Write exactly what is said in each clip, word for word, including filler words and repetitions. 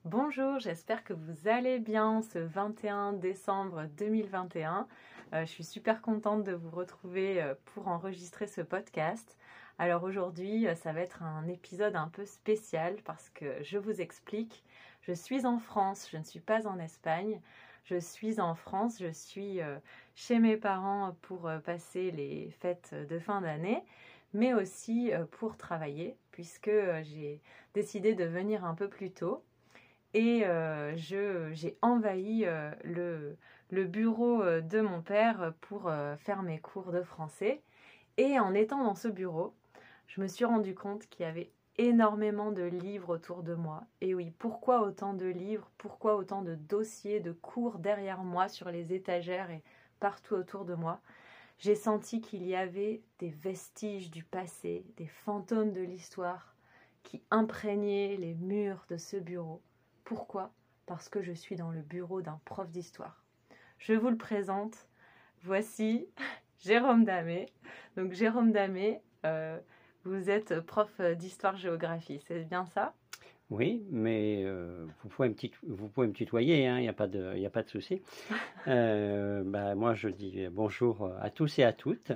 Bonjour, j'espère que vous allez bien ce vingt et un décembre deux mille vingt et un. Euh, je suis super contente de vous retrouver euh, pour enregistrer ce podcast. Alors aujourd'hui, euh, ça va être un épisode un peu spécial parce que je vous explique, je suis en France, je ne suis pas en Espagne. Je suis en France, je suis euh, chez mes parents pour euh, passer les fêtes de fin d'année, mais aussi euh, pour travailler puisque euh, j'ai décidé de venir un peu plus tôt. Et euh, je, j'ai envahi euh, le, le bureau euh, de mon père pour euh, faire mes cours de français. Et en étant dans ce bureau, je me suis rendu compte qu'il y avait énormément de livres autour de moi. Et oui, pourquoi autant de livres? Pourquoi autant de dossiers, de cours derrière moi, sur les étagères et partout autour de moi? J'ai senti qu'il y avait des vestiges du passé, des fantômes de l'histoire qui imprégnaient les murs de ce bureau. Pourquoi? Parce que je suis dans le bureau d'un prof d'histoire. Je vous le présente. Voici Jérôme Damé. Donc Jérôme Damé, euh, vous êtes prof d'histoire-géographie, c'est bien ça? Oui, mais euh, vous pouvez me, tit- vous pouvez me tutoyer, il n'y a pas de, y a pas de souci. Euh, bah, moi, je dis bonjour à tous et à toutes.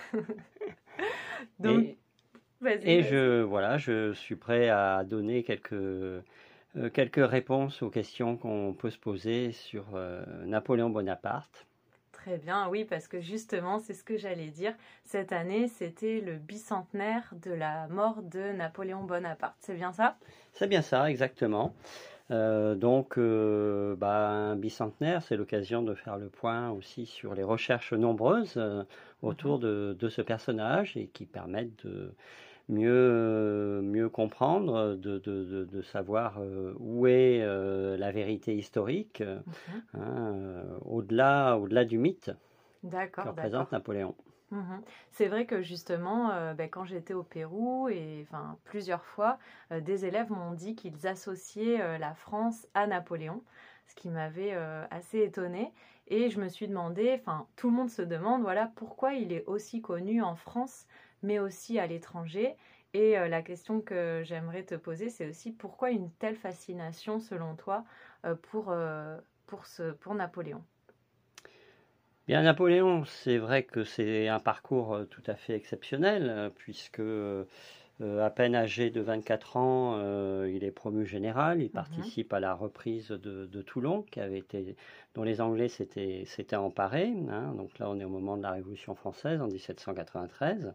Donc, Et, vas-y, et vas-y. je, voilà, je suis prêt à donner quelques, euh, quelques réponses aux questions qu'on peut se poser sur euh, Napoléon Bonaparte. Très bien, oui, parce que justement, c'est ce que j'allais dire. Cette année, c'était le bicentenaire de la mort de Napoléon Bonaparte. C'est bien ça? C'est bien ça, exactement. Euh, donc, euh, bah, un bicentenaire, c'est l'occasion de faire le point aussi sur les recherches nombreuses euh, Mhm. autour de, de ce personnage et qui permettent de mieux, mieux comprendre, de, de, de, de savoir euh, où est euh, la vérité historique, hein, Mhm. euh, au-delà, au-delà du mythe que D'accord, représente d'accord. Napoléon. Mhm. C'est vrai que justement, euh, ben, quand j'étais au Pérou, et enfin plusieurs fois, euh, des élèves m'ont dit qu'ils associaient euh, la France à Napoléon, ce qui m'avait euh, assez étonnée. Et je me suis demandé, enfin tout le monde se demande, voilà, pourquoi il est aussi connu en France, mais aussi à l'étranger. Et euh, la question que j'aimerais te poser, c'est aussi pourquoi une telle fascination, selon toi, euh, pour, euh, pour, ce, pour Napoléon? Bien, Napoléon, c'est vrai que c'est un parcours euh, tout à fait exceptionnel, euh, puisque euh, à peine âgé de vingt-quatre ans, euh, il est promu général. Il Mhm. participe à la reprise de, de Toulon, qui avait été, dont les Anglais s'étaient, s'étaient emparés, hein. Donc là, on est au moment de la Révolution française, en dix-sept cent quatre-vingt-treize.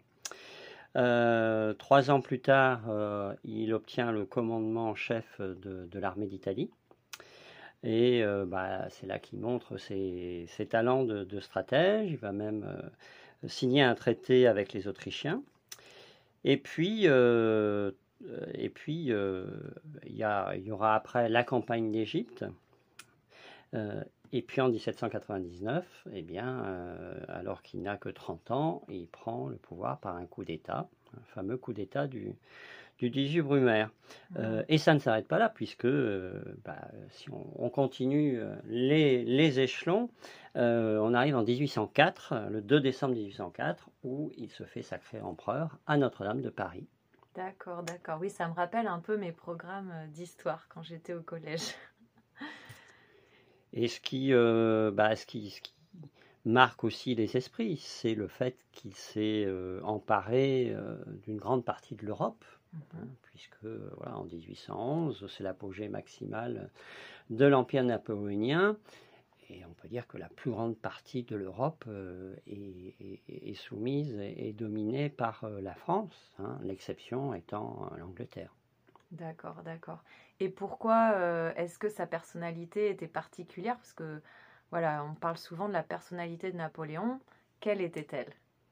Euh, trois ans plus tard, euh, il obtient le commandement en chef de, de l'armée d'Italie. Et euh, bah, c'est là qu'il montre ses, ses talents de, de stratège. Il va même euh, signer un traité avec les Autrichiens. Et puis, euh, et puis euh, il, y a, il y aura après la campagne d'Égypte. Euh, et puis en dix-sept cent quatre-vingt-dix-neuf, eh bien, euh, alors qu'il n'a que trente ans, il prend le pouvoir par un coup d'État, un fameux coup d'État du, du dix-huit Brumaire. Euh, Mhm. et ça ne s'arrête pas là, puisque euh, bah, si on, on continue les, les échelons, euh, on arrive en dix-huit cent quatre, le deux décembre dix-huit cent quatre, où il se fait sacrer empereur à Notre-Dame de Paris. D'accord, d'accord. Oui, ça me rappelle un peu mes programmes euh, d'histoire quand j'étais au collège. Et ce qui, euh, bah, ce qui, ce qui marque aussi les esprits, c'est le fait qu'il s'est euh, emparé euh, d'une grande partie de l'Europe, hein, Mhm. puisque voilà, en dix-huit cent onze, c'est l'apogée maximale de l'Empire napoléonien. Et on peut dire que la plus grande partie de l'Europe euh, est, est, est, soumise et dominée par euh, la France, hein, l'exception étant l'Angleterre. D'accord, d'accord. Et pourquoi euh, est-ce que sa personnalité était particulière? Parce que, voilà, on parle souvent de la personnalité de Napoléon. Quelle était-elle?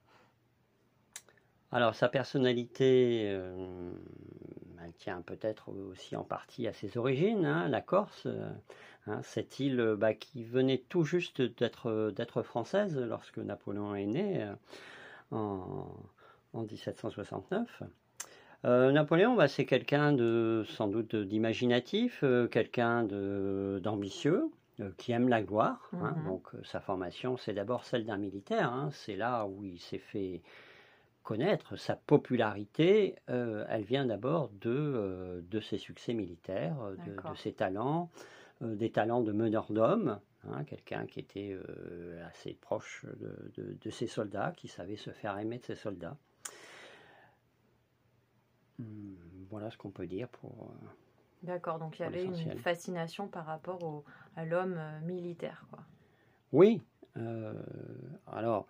Alors sa personnalité, euh, elle tient peut-être aussi en partie à ses origines, hein, la Corse, euh, hein, cette île bah, qui venait tout juste d'être, d'être française lorsque Napoléon est né euh, en, en dix-sept cent soixante-neuf. Euh, Napoléon, bah, c'est quelqu'un de sans doute d'imaginatif, euh, quelqu'un de, d'ambitieux, euh, qui aime la gloire, hein. Mhm. Donc euh, sa formation, c'est d'abord celle d'un militaire, hein. C'est là où il s'est fait connaître sa popularité, euh, elle vient d'abord de, euh, de ses succès militaires, de, de ses talents, euh, des talents de meneur d'hommes, hein, quelqu'un qui était euh, assez proche de, de, de ses soldats, qui savait se faire aimer de ses soldats. Hum, voilà ce qu'on peut dire pour... Euh, D'accord, donc il y avait une fascination par rapport au, à l'homme euh, militaire, quoi. Oui, euh, alors...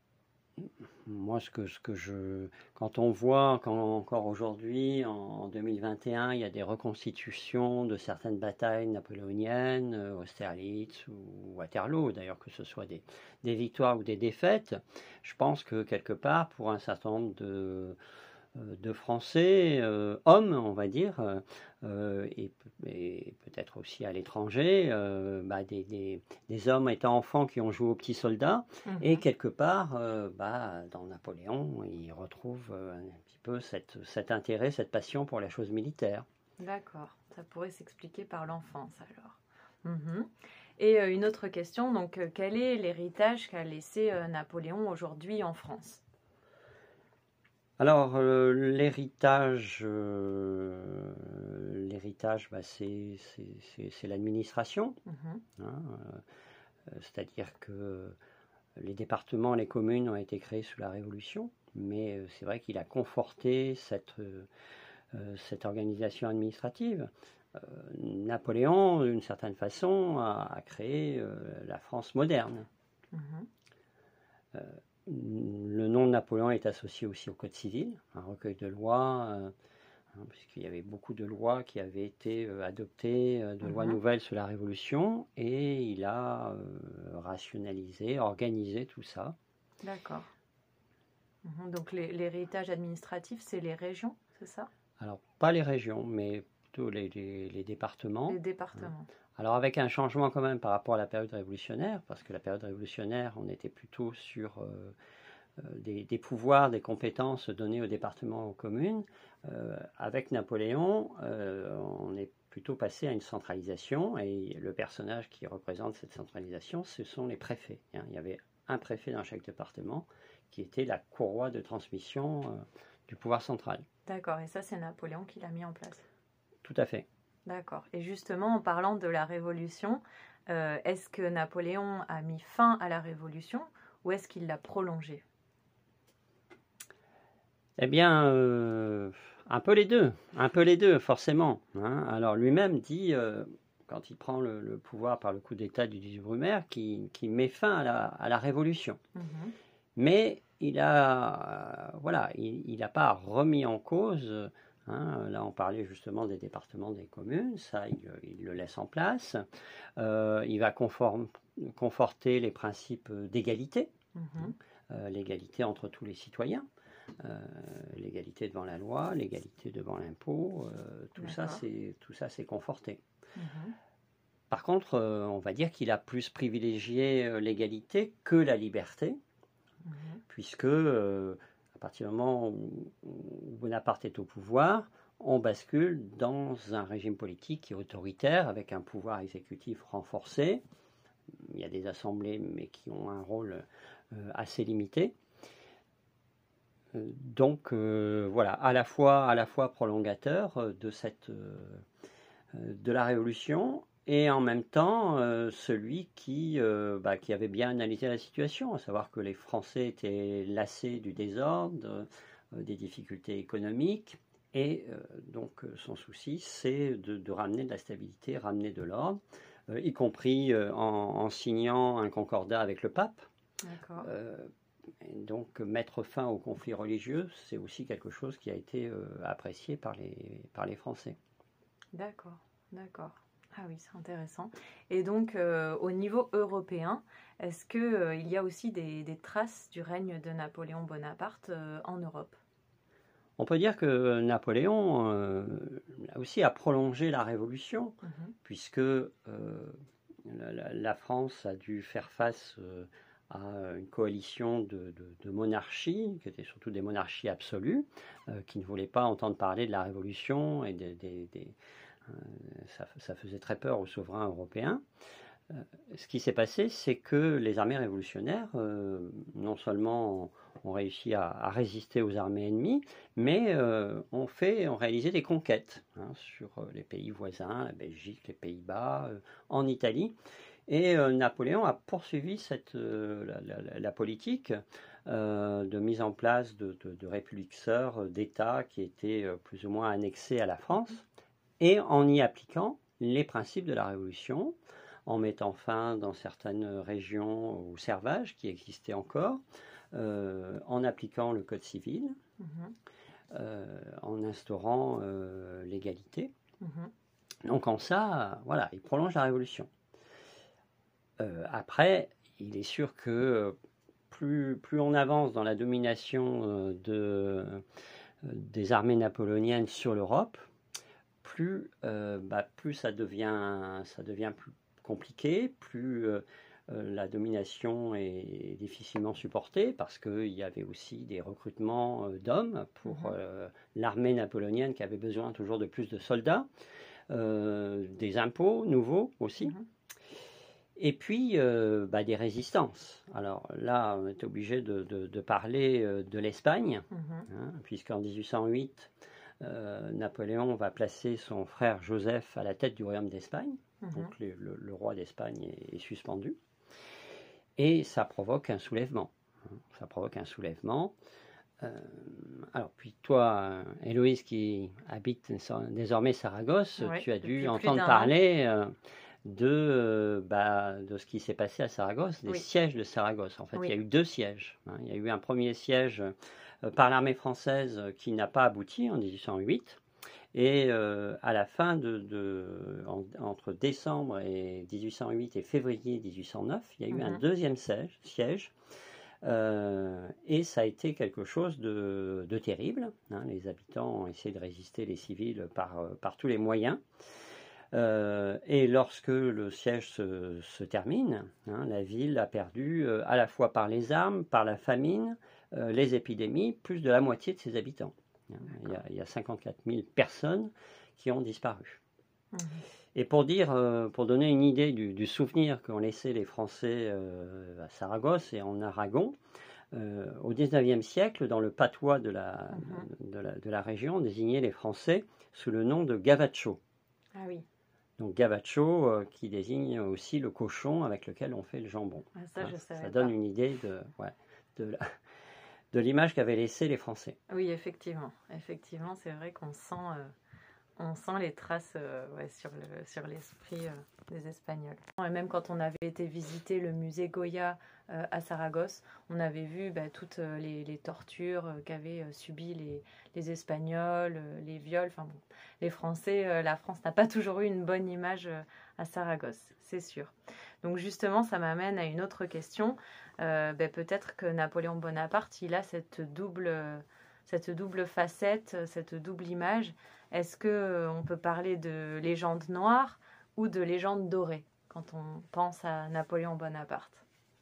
Moi, ce que, ce que je, quand on voit, quand encore aujourd'hui, en deux mille vingt et un, il y a des reconstitutions de certaines batailles napoléoniennes, euh, Austerlitz ou Waterloo, d'ailleurs que ce soit des, des victoires ou des défaites, je pense que quelque part, pour un certain nombre de, de Français, euh, hommes, on va dire, euh, et, et peut-être aussi à l'étranger, euh, bah, des, des, des hommes étant enfants qui ont joué aux petits soldats, mmh. et quelque part, euh, bah, dans Napoléon, ils retrouvent un petit peu cette, cet intérêt, cette passion pour la chose militaire. D'accord, ça pourrait s'expliquer par l'enfance alors. Mmh. Et euh, une autre question, donc euh, quel est l'héritage qu'a laissé euh, Napoléon aujourd'hui en France ? Alors, euh, l'héritage, euh, l'héritage, bah, c'est, c'est, c'est, c'est l'administration. Mmh. Hein, euh, c'est-à-dire que les départements, les communes ont été créés sous la Révolution, mais euh, c'est vrai qu'il a conforté cette, euh, cette organisation administrative. Euh, Napoléon, d'une certaine façon, a, a créé euh, la France moderne. Mmh. Euh, Le nom de Napoléon est associé aussi au Code civil, un recueil de lois, euh, hein, puisqu'il y avait beaucoup de lois qui avaient été euh, adoptées, euh, de mmh. lois nouvelles sous la Révolution, et il a euh, rationalisé, organisé tout ça. D'accord. Mmh. Donc les, l'héritage administratif, c'est les régions, c'est ça ? Alors, pas les régions, mais plutôt les, les, les départements. Les départements. Alors avec un changement quand même par rapport à la période révolutionnaire, parce que la période révolutionnaire, on était plutôt sur euh, euh, des, des pouvoirs, des compétences données aux départements, aux communes. Euh, avec Napoléon, euh, on est plutôt passé à une centralisation, et le personnage qui représente cette centralisation, ce sont les préfets. Hein. Il y avait un préfet dans chaque département, qui était la courroie de transmission euh, du pouvoir central. D'accord, et ça c'est Napoléon qui l'a mis en place. Tout à fait. D'accord. Et justement, en parlant de la Révolution, euh, est-ce que Napoléon a mis fin à la Révolution ou est-ce qu'il l'a prolongée ? Eh bien, euh, un peu les deux, un peu les deux, forcément. Hein. Alors lui-même dit, euh, quand il prend le, le pouvoir par le coup d'État du dix-huit Brumaire, qu'il, qu'il met fin à la, à la Révolution. Mmh. Mais il a, euh, voilà, il n'a pas remis en cause... Hein, là, on parlait justement des départements, des communes, ça, il, il le laisse en place. Euh, il va conform, conforter les principes d'égalité, mmh. euh, l'égalité entre tous les citoyens, euh, l'égalité devant la loi, l'égalité devant l'impôt, euh, tout, ça, c'est, tout ça, c'est conforté. Mmh. Par contre, euh, on va dire qu'il a plus privilégié l'égalité que la liberté, mmh. puisque... Euh, à partir du moment où Bonaparte est au pouvoir, on bascule dans un régime politique qui est autoritaire, avec un pouvoir exécutif renforcé. Il y a des assemblées, mais qui ont un rôle euh, assez limité. Donc, euh, voilà, à la fois, à la fois prolongateur de, cette, euh, de la Révolution, et en même temps, euh, celui qui, euh, bah, qui avait bien analysé la situation, à savoir que les Français étaient lassés du désordre, euh, des difficultés économiques, et euh, donc son souci, c'est de, de ramener de la stabilité, ramener de l'ordre, euh, y compris euh, en, en signant un concordat avec le pape. D'accord. Euh, et donc mettre fin aux conflits religieux, c'est aussi quelque chose qui a été euh, apprécié par les, par les Français. D'accord, d'accord. Ah oui, c'est intéressant. Et donc, euh, au niveau européen, est-ce qu'il euh, y a aussi des, des traces du règne de Napoléon Bonaparte euh, en Europe ? On peut dire que Napoléon euh, aussi a prolongé la Révolution, mmh. puisque euh, la, la France a dû faire face euh, à une coalition de, de, de monarchies, qui étaient surtout des monarchies absolues, euh, qui ne voulaient pas entendre parler de la Révolution et des... des, des Ça, ça faisait très peur aux souverains européens. Euh, ce qui s'est passé, c'est que les armées révolutionnaires, euh, non seulement ont réussi à, à résister aux armées ennemies, mais euh, ont, fait, ont réalisé des conquêtes hein, sur les pays voisins, la Belgique, les Pays-Bas, euh, en Italie. Et euh, Napoléon a poursuivi cette, euh, la, la, la politique euh, de mise en place de, de, de républiques sœurs, d'États qui étaient euh, plus ou moins annexés à la France, et en y appliquant les principes de la Révolution, en mettant fin dans certaines régions au servage qui existait encore, euh, en appliquant le Code civil, mmh. euh, en instaurant euh, l'égalité. Mmh. Donc en ça, voilà, il prolonge la Révolution. Euh, après, il est sûr que plus, plus on avance dans la domination de, euh, des armées napoléoniennes sur l'Europe, plus, euh, bah, plus ça devient, ça devient plus compliqué, plus euh, la domination est difficilement supportée parce qu'il y avait aussi des recrutements d'hommes pour mmh. euh, l'armée napoléonienne qui avait besoin toujours de plus de soldats, euh, des impôts nouveaux aussi. Mmh. Et puis, euh, bah, des résistances. Alors là, on est obligé de, de, de parler de l'Espagne, mmh. hein, puisqu'en dix-huit cent huit, euh, Napoléon va placer son frère Joseph à la tête du royaume d'Espagne. Mmh. Donc le, le, le roi d'Espagne est, est suspendu. Et ça provoque un soulèvement. Hein, ça provoque un soulèvement. Euh, alors, puis toi, Héloïse, qui habite désormais Saragosse, ouais, tu as dû entendre parler... Euh, De, bah, de ce qui s'est passé à Saragosse, des oui. sièges de Saragosse. En fait, oui. il y a eu deux sièges. Hein. Il y a eu un premier siège euh, par l'armée française qui n'a pas abouti en dix-huit cent huit. Et euh, à la fin de, de en, entre décembre et dix-huit cent huit et février dix-huit cent neuf, il y a eu mm-hmm. un deuxième siège. siège euh, et ça a été quelque chose de, de terrible. Hein. Les habitants ont essayé de résister, les civils, par, par tous les moyens. Euh, et lorsque le siège se, se termine, hein, la ville a perdu euh, à la fois par les armes, par la famine, euh, les épidémies, plus de la moitié de ses habitants. Il y a, il y a cinquante-quatre mille personnes qui ont disparu. Mmh. Et pour dire, euh, pour donner une idée du, du souvenir qu'ont laissé les Français euh, à Saragosse et en Aragon, euh, au dix-neuvième siècle, dans le patois de la, mmh. de, la, de la région, on désignait les Français sous le nom de gavacho. Ah oui. Donc gavacho euh, qui désigne aussi le cochon avec lequel on fait le jambon. Ah, ça, hein, je savais ça donne pas. une idée de, ouais, de, la, de l'image qu'avaient laissé les Français. Oui, effectivement. Effectivement, c'est vrai qu'on sent, euh, on sent les traces euh, ouais, sur, le, sur l'esprit euh, des Espagnols. Et même quand on avait été visiter le musée Goya euh, à Saragosse, on avait vu bah, toutes les, les tortures euh, qu'avaient euh, subies les, les Espagnols, euh, les viols. Enfin bon, les Français, euh, la France n'a pas toujours eu une bonne image euh, à Saragosse, c'est sûr. Donc justement, ça m'amène à une autre question. Euh, bah, peut-être que Napoléon Bonaparte, il a cette double, cette double facette, cette double image. Est-ce qu'on peut parler de légende noire ou de légende dorée quand on pense à Napoléon Bonaparte?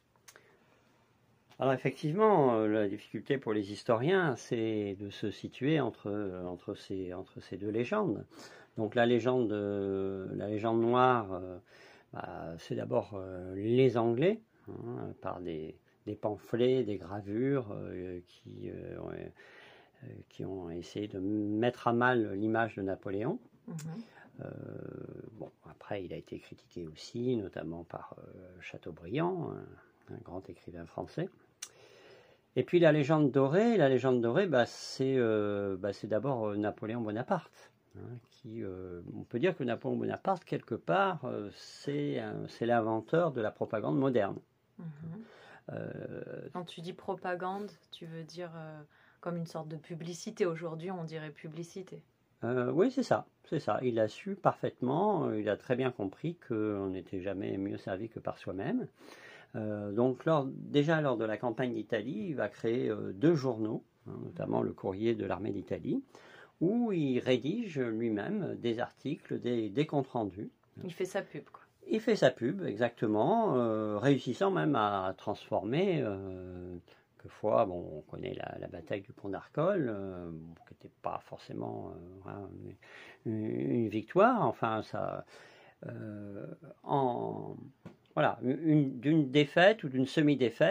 Alors effectivement, la difficulté pour les historiens, c'est de se situer entre, entre, ces, entre ces deux légendes. Donc la légende, la légende noire, bah, c'est d'abord euh, les Anglais, hein, par des, des pamphlets, des gravures euh, qui, euh, euh, qui ont essayé de mettre à mal l'image de Napoléon. Mmh. Euh, bon, après, il a été critiqué aussi, notamment par euh, Chateaubriand, un, un grand écrivain français. Et puis la légende dorée, la légende dorée, bah, c'est, euh, bah, c'est d'abord euh, Napoléon Bonaparte. Hein, qui, euh, on peut dire que Napoléon Bonaparte, quelque part, euh, c'est, un, c'est l'inventeur de la propagande moderne. Mmh. Euh, Quand tu dis propagande, tu veux dire euh, comme une sorte de publicité. Aujourd'hui, on dirait publicité. Euh, oui, c'est ça, c'est ça. Il a su parfaitement, il a très bien compris qu'on n'était jamais mieux servi que par soi-même. Euh, donc lors, déjà lors de la campagne d'Italie, il va créer euh, deux journaux, hein, notamment le Courrier de l'armée d'Italie, où il rédige lui-même des articles, des, des comptes rendus. Il fait sa pub, quoi. Il fait sa pub, exactement, euh, réussissant même à transformer, euh, quelquefois, bon, on connaît la, la bataille du Pont d'Arcole, euh, bon, qui n'était pas forcément euh, une, une victoire, enfin, ça, euh, en... Voilà, une, d'une défaite ou d'une semi-défaite,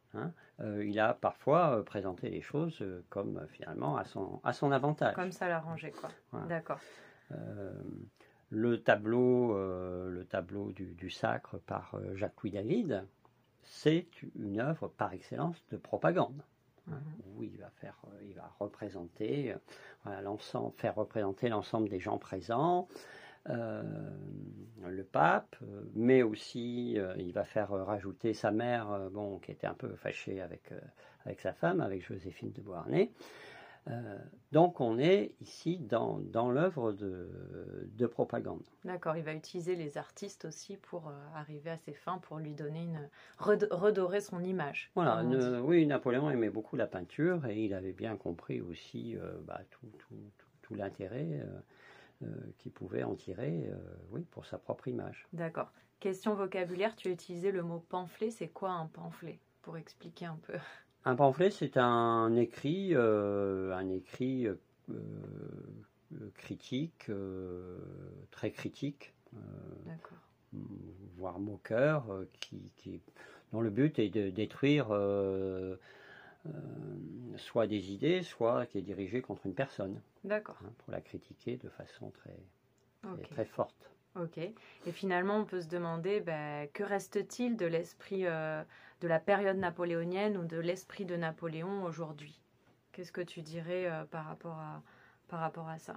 hein, euh, il a parfois euh, présenté les choses euh, comme euh, finalement à son, à son avantage. Comme ça l'arrangeait, quoi. Voilà. D'accord. Euh, le tableau, euh, le tableau du, du Sacre par euh, Jacques-Louis David, c'est une œuvre par excellence de propagande. Mmh. Où il va faire, il va représenter, euh, voilà, l'ensemble, faire représenter l'ensemble des gens présents, euh, le pape, euh, mais aussi euh, il va faire euh, rajouter sa mère, euh, bon, qui était un peu fâchée avec, euh, avec sa femme, avec Joséphine de Beauharnais. Euh, donc on est ici dans, dans l'œuvre de, de propagande. D'accord, il va utiliser les artistes aussi pour euh, arriver à ses fins, pour lui donner une redorer son image. Voilà, ne, oui, Napoléon aimait beaucoup la peinture et il avait bien compris aussi euh, bah, tout, tout, tout, tout l'intérêt euh, euh, qu'il pouvait en tirer, euh, oui, pour sa propre image. D'accord. Question vocabulaire, tu as utilisé le mot pamphlet. C'est quoi un pamphlet, pour expliquer un peu? Un pamphlet, c'est un écrit, euh, un écrit euh, critique, euh, très critique, euh, voire moqueur, euh, qui, qui, dont le but est de détruire euh, euh, soit des idées, soit qui est dirigé contre une personne. D'accord. Hein, pour la critiquer de façon très, très, okay. très forte. Ok. Et finalement, on peut se demander, bah, que reste-t-il de l'esprit euh, de la période napoléonienne ou de l'esprit de Napoléon aujourd'hui? Qu'est-ce que tu dirais euh, par rapport à, par rapport à ça?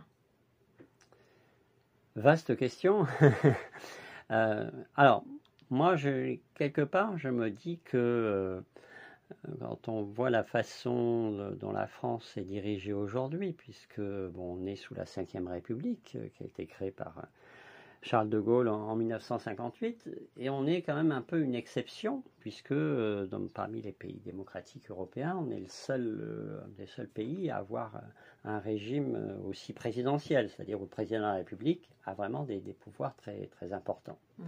Vaste question. euh, alors, moi, je, quelque part, je me dis que euh, quand on voit la façon dont la France est dirigée aujourd'hui, puisque bon, on est sous la cinquième République, euh, qui a été créée par euh, Charles de Gaulle en, en mille neuf cent cinquante-huit, et on est quand même un peu une exception, puisque euh, dans, parmi les pays démocratiques européens, on est le seul, euh, des seuls pays à avoir euh, un régime aussi présidentiel, c'est-à-dire où le président de la République a vraiment des, des pouvoirs très, très importants. Mmh.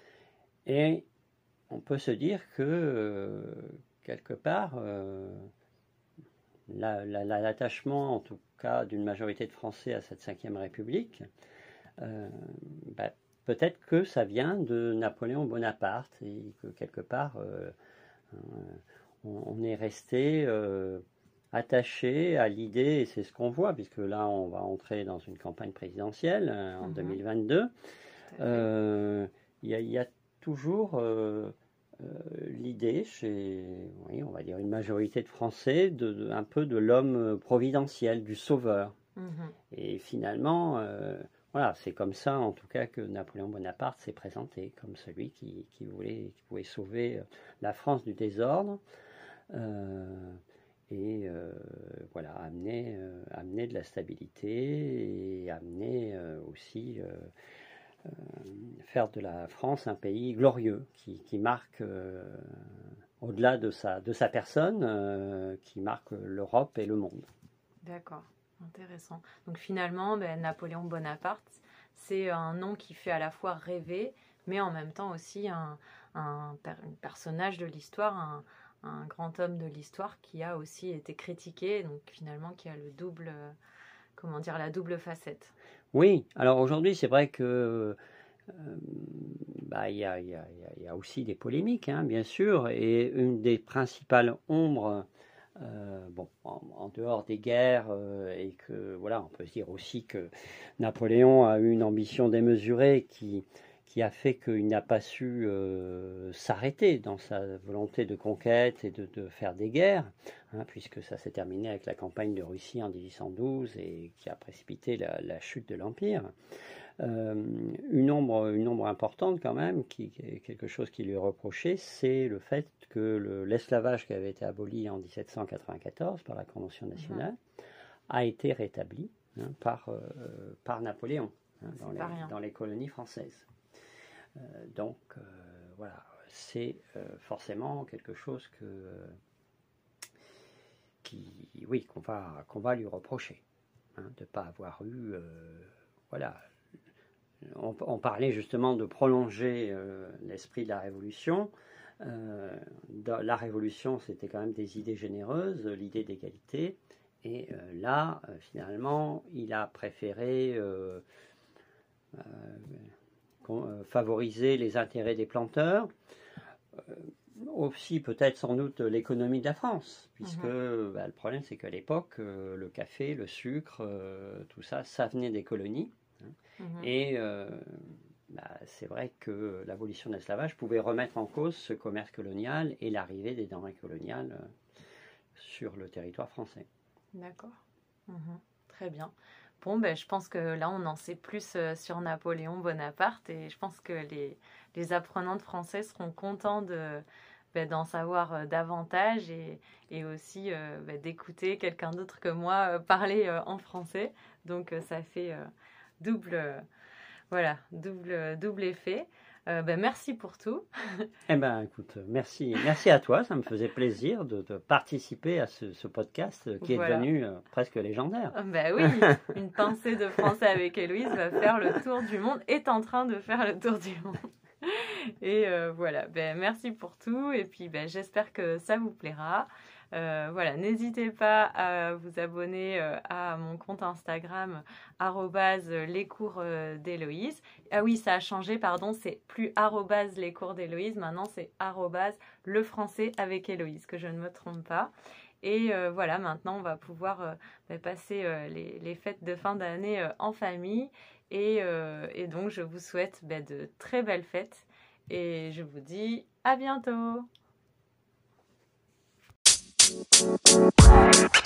Et on peut se dire que, euh, quelque part, euh, la, la, la, l'attachement, en tout cas, d'une majorité de Français à cette cinquième République, euh, bah, peut-être que ça vient de Napoléon Bonaparte et que, quelque part, euh, on, on est resté... Euh, attaché à l'idée, et c'est ce qu'on voit, puisque là on va entrer dans une campagne présidentielle euh, en mmh. deux mille vingt-deux, euh, il y, y a toujours euh, euh, l'idée chez, oui, on va dire une majorité de Français, de, de, un peu de l'homme providentiel, du sauveur. Mmh. Et finalement, euh, voilà, c'est comme ça en tout cas que Napoléon Bonaparte s'est présenté, comme celui qui, qui, voulait, qui pouvait sauver la France du désordre. Euh, et euh, voilà, amener, euh, amener de la stabilité et amener euh, aussi euh, euh, faire de la France un pays glorieux qui, qui marque, euh, au-delà de sa, de sa personne, euh, qui marque l'Europe et le monde. D'accord, intéressant. Donc finalement, ben, Napoléon Bonaparte, c'est un nom qui fait à la fois rêver, mais en même temps aussi un, un, un personnage de l'histoire, un un grand homme de l'histoire qui a aussi été critiqué, donc finalement qui a le double, euh, comment dire, la double facette. Oui, alors aujourd'hui c'est vrai que euh, bah, y a, y a, y a aussi des polémiques, hein, bien sûr, et une des principales ombres, euh, bon, en, en dehors des guerres, euh, et que voilà, on peut se dire aussi que Napoléon a eu une ambition démesurée qui qui a fait qu'il n'a pas su euh, s'arrêter dans sa volonté de conquête et de, de faire des guerres, hein, puisque ça s'est terminé avec la campagne de Russie en dix-huit cent douze et qui a précipité la, la chute de l'Empire. Euh, une, ombre, une ombre importante quand même, qui, qui est quelque chose qui lui est reproché, c'est le fait que le, l'esclavage qui avait été aboli en dix-sept cent quatre-vingt-quatorze par la Convention nationale mmh. a été rétabli, hein, par, euh, par Napoléon, hein, dans, les, dans les colonies françaises. Euh, donc euh, voilà, c'est euh, forcément quelque chose que, euh, qui, oui, qu'on va, qu'on va lui reprocher, hein, de ne pas avoir eu, euh, voilà, on, on parlait justement de prolonger euh, l'esprit de la Révolution. Euh, dans la Révolution, c'était quand même des idées généreuses, l'idée d'égalité, et euh, là, euh, finalement, il a préféré euh, euh, favoriser les intérêts des planteurs. aussi peut-être sans doute l'économie de la France, puisque Mhm. bah, le problème c'est qu'à l'époque, euh, le café, le sucre, euh, tout ça, ça venait des colonies. Hein. Mhm. Et euh, bah, c'est vrai que l'abolition de l'esclavage pouvait remettre en cause ce commerce colonial et l'arrivée des denrées coloniales euh, sur le territoire français. D'accord. Mhm. Très bien. Bon, ben, je pense que là, on en sait plus euh, sur Napoléon Bonaparte et je pense que les, les apprenants de français seront contents de, ben, d'en savoir euh, davantage et, et aussi euh, ben, d'écouter quelqu'un d'autre que moi euh, parler euh, en français. Donc, euh, ça fait euh, double, euh, voilà, double, double effet. Euh, ben, merci pour tout. Eh bien, écoute, merci, merci à toi, ça me faisait plaisir de, de participer à ce, ce podcast qui est Voilà. devenu euh, presque légendaire. Ben oui, une pincée de français avec Héloïse va faire le tour du monde, est en train de faire le tour du monde. Et euh, voilà, ben, merci pour tout et puis ben, j'espère que ça vous plaira. Euh, voilà, n'hésitez pas à vous abonner euh, à mon compte Instagram arobase les cours euh, d'Héloïse. Ah oui, ça a changé, pardon, c'est plus arobase les cours d'Héloïse, maintenant c'est arobase le français avec Héloïse, que je ne me trompe pas. Et euh, voilà, maintenant on va pouvoir euh, ben, passer euh, les, les fêtes de fin d'année euh, en famille. Et, euh, et donc je vous souhaite ben, de très belles fêtes. Et je vous dis à bientôt.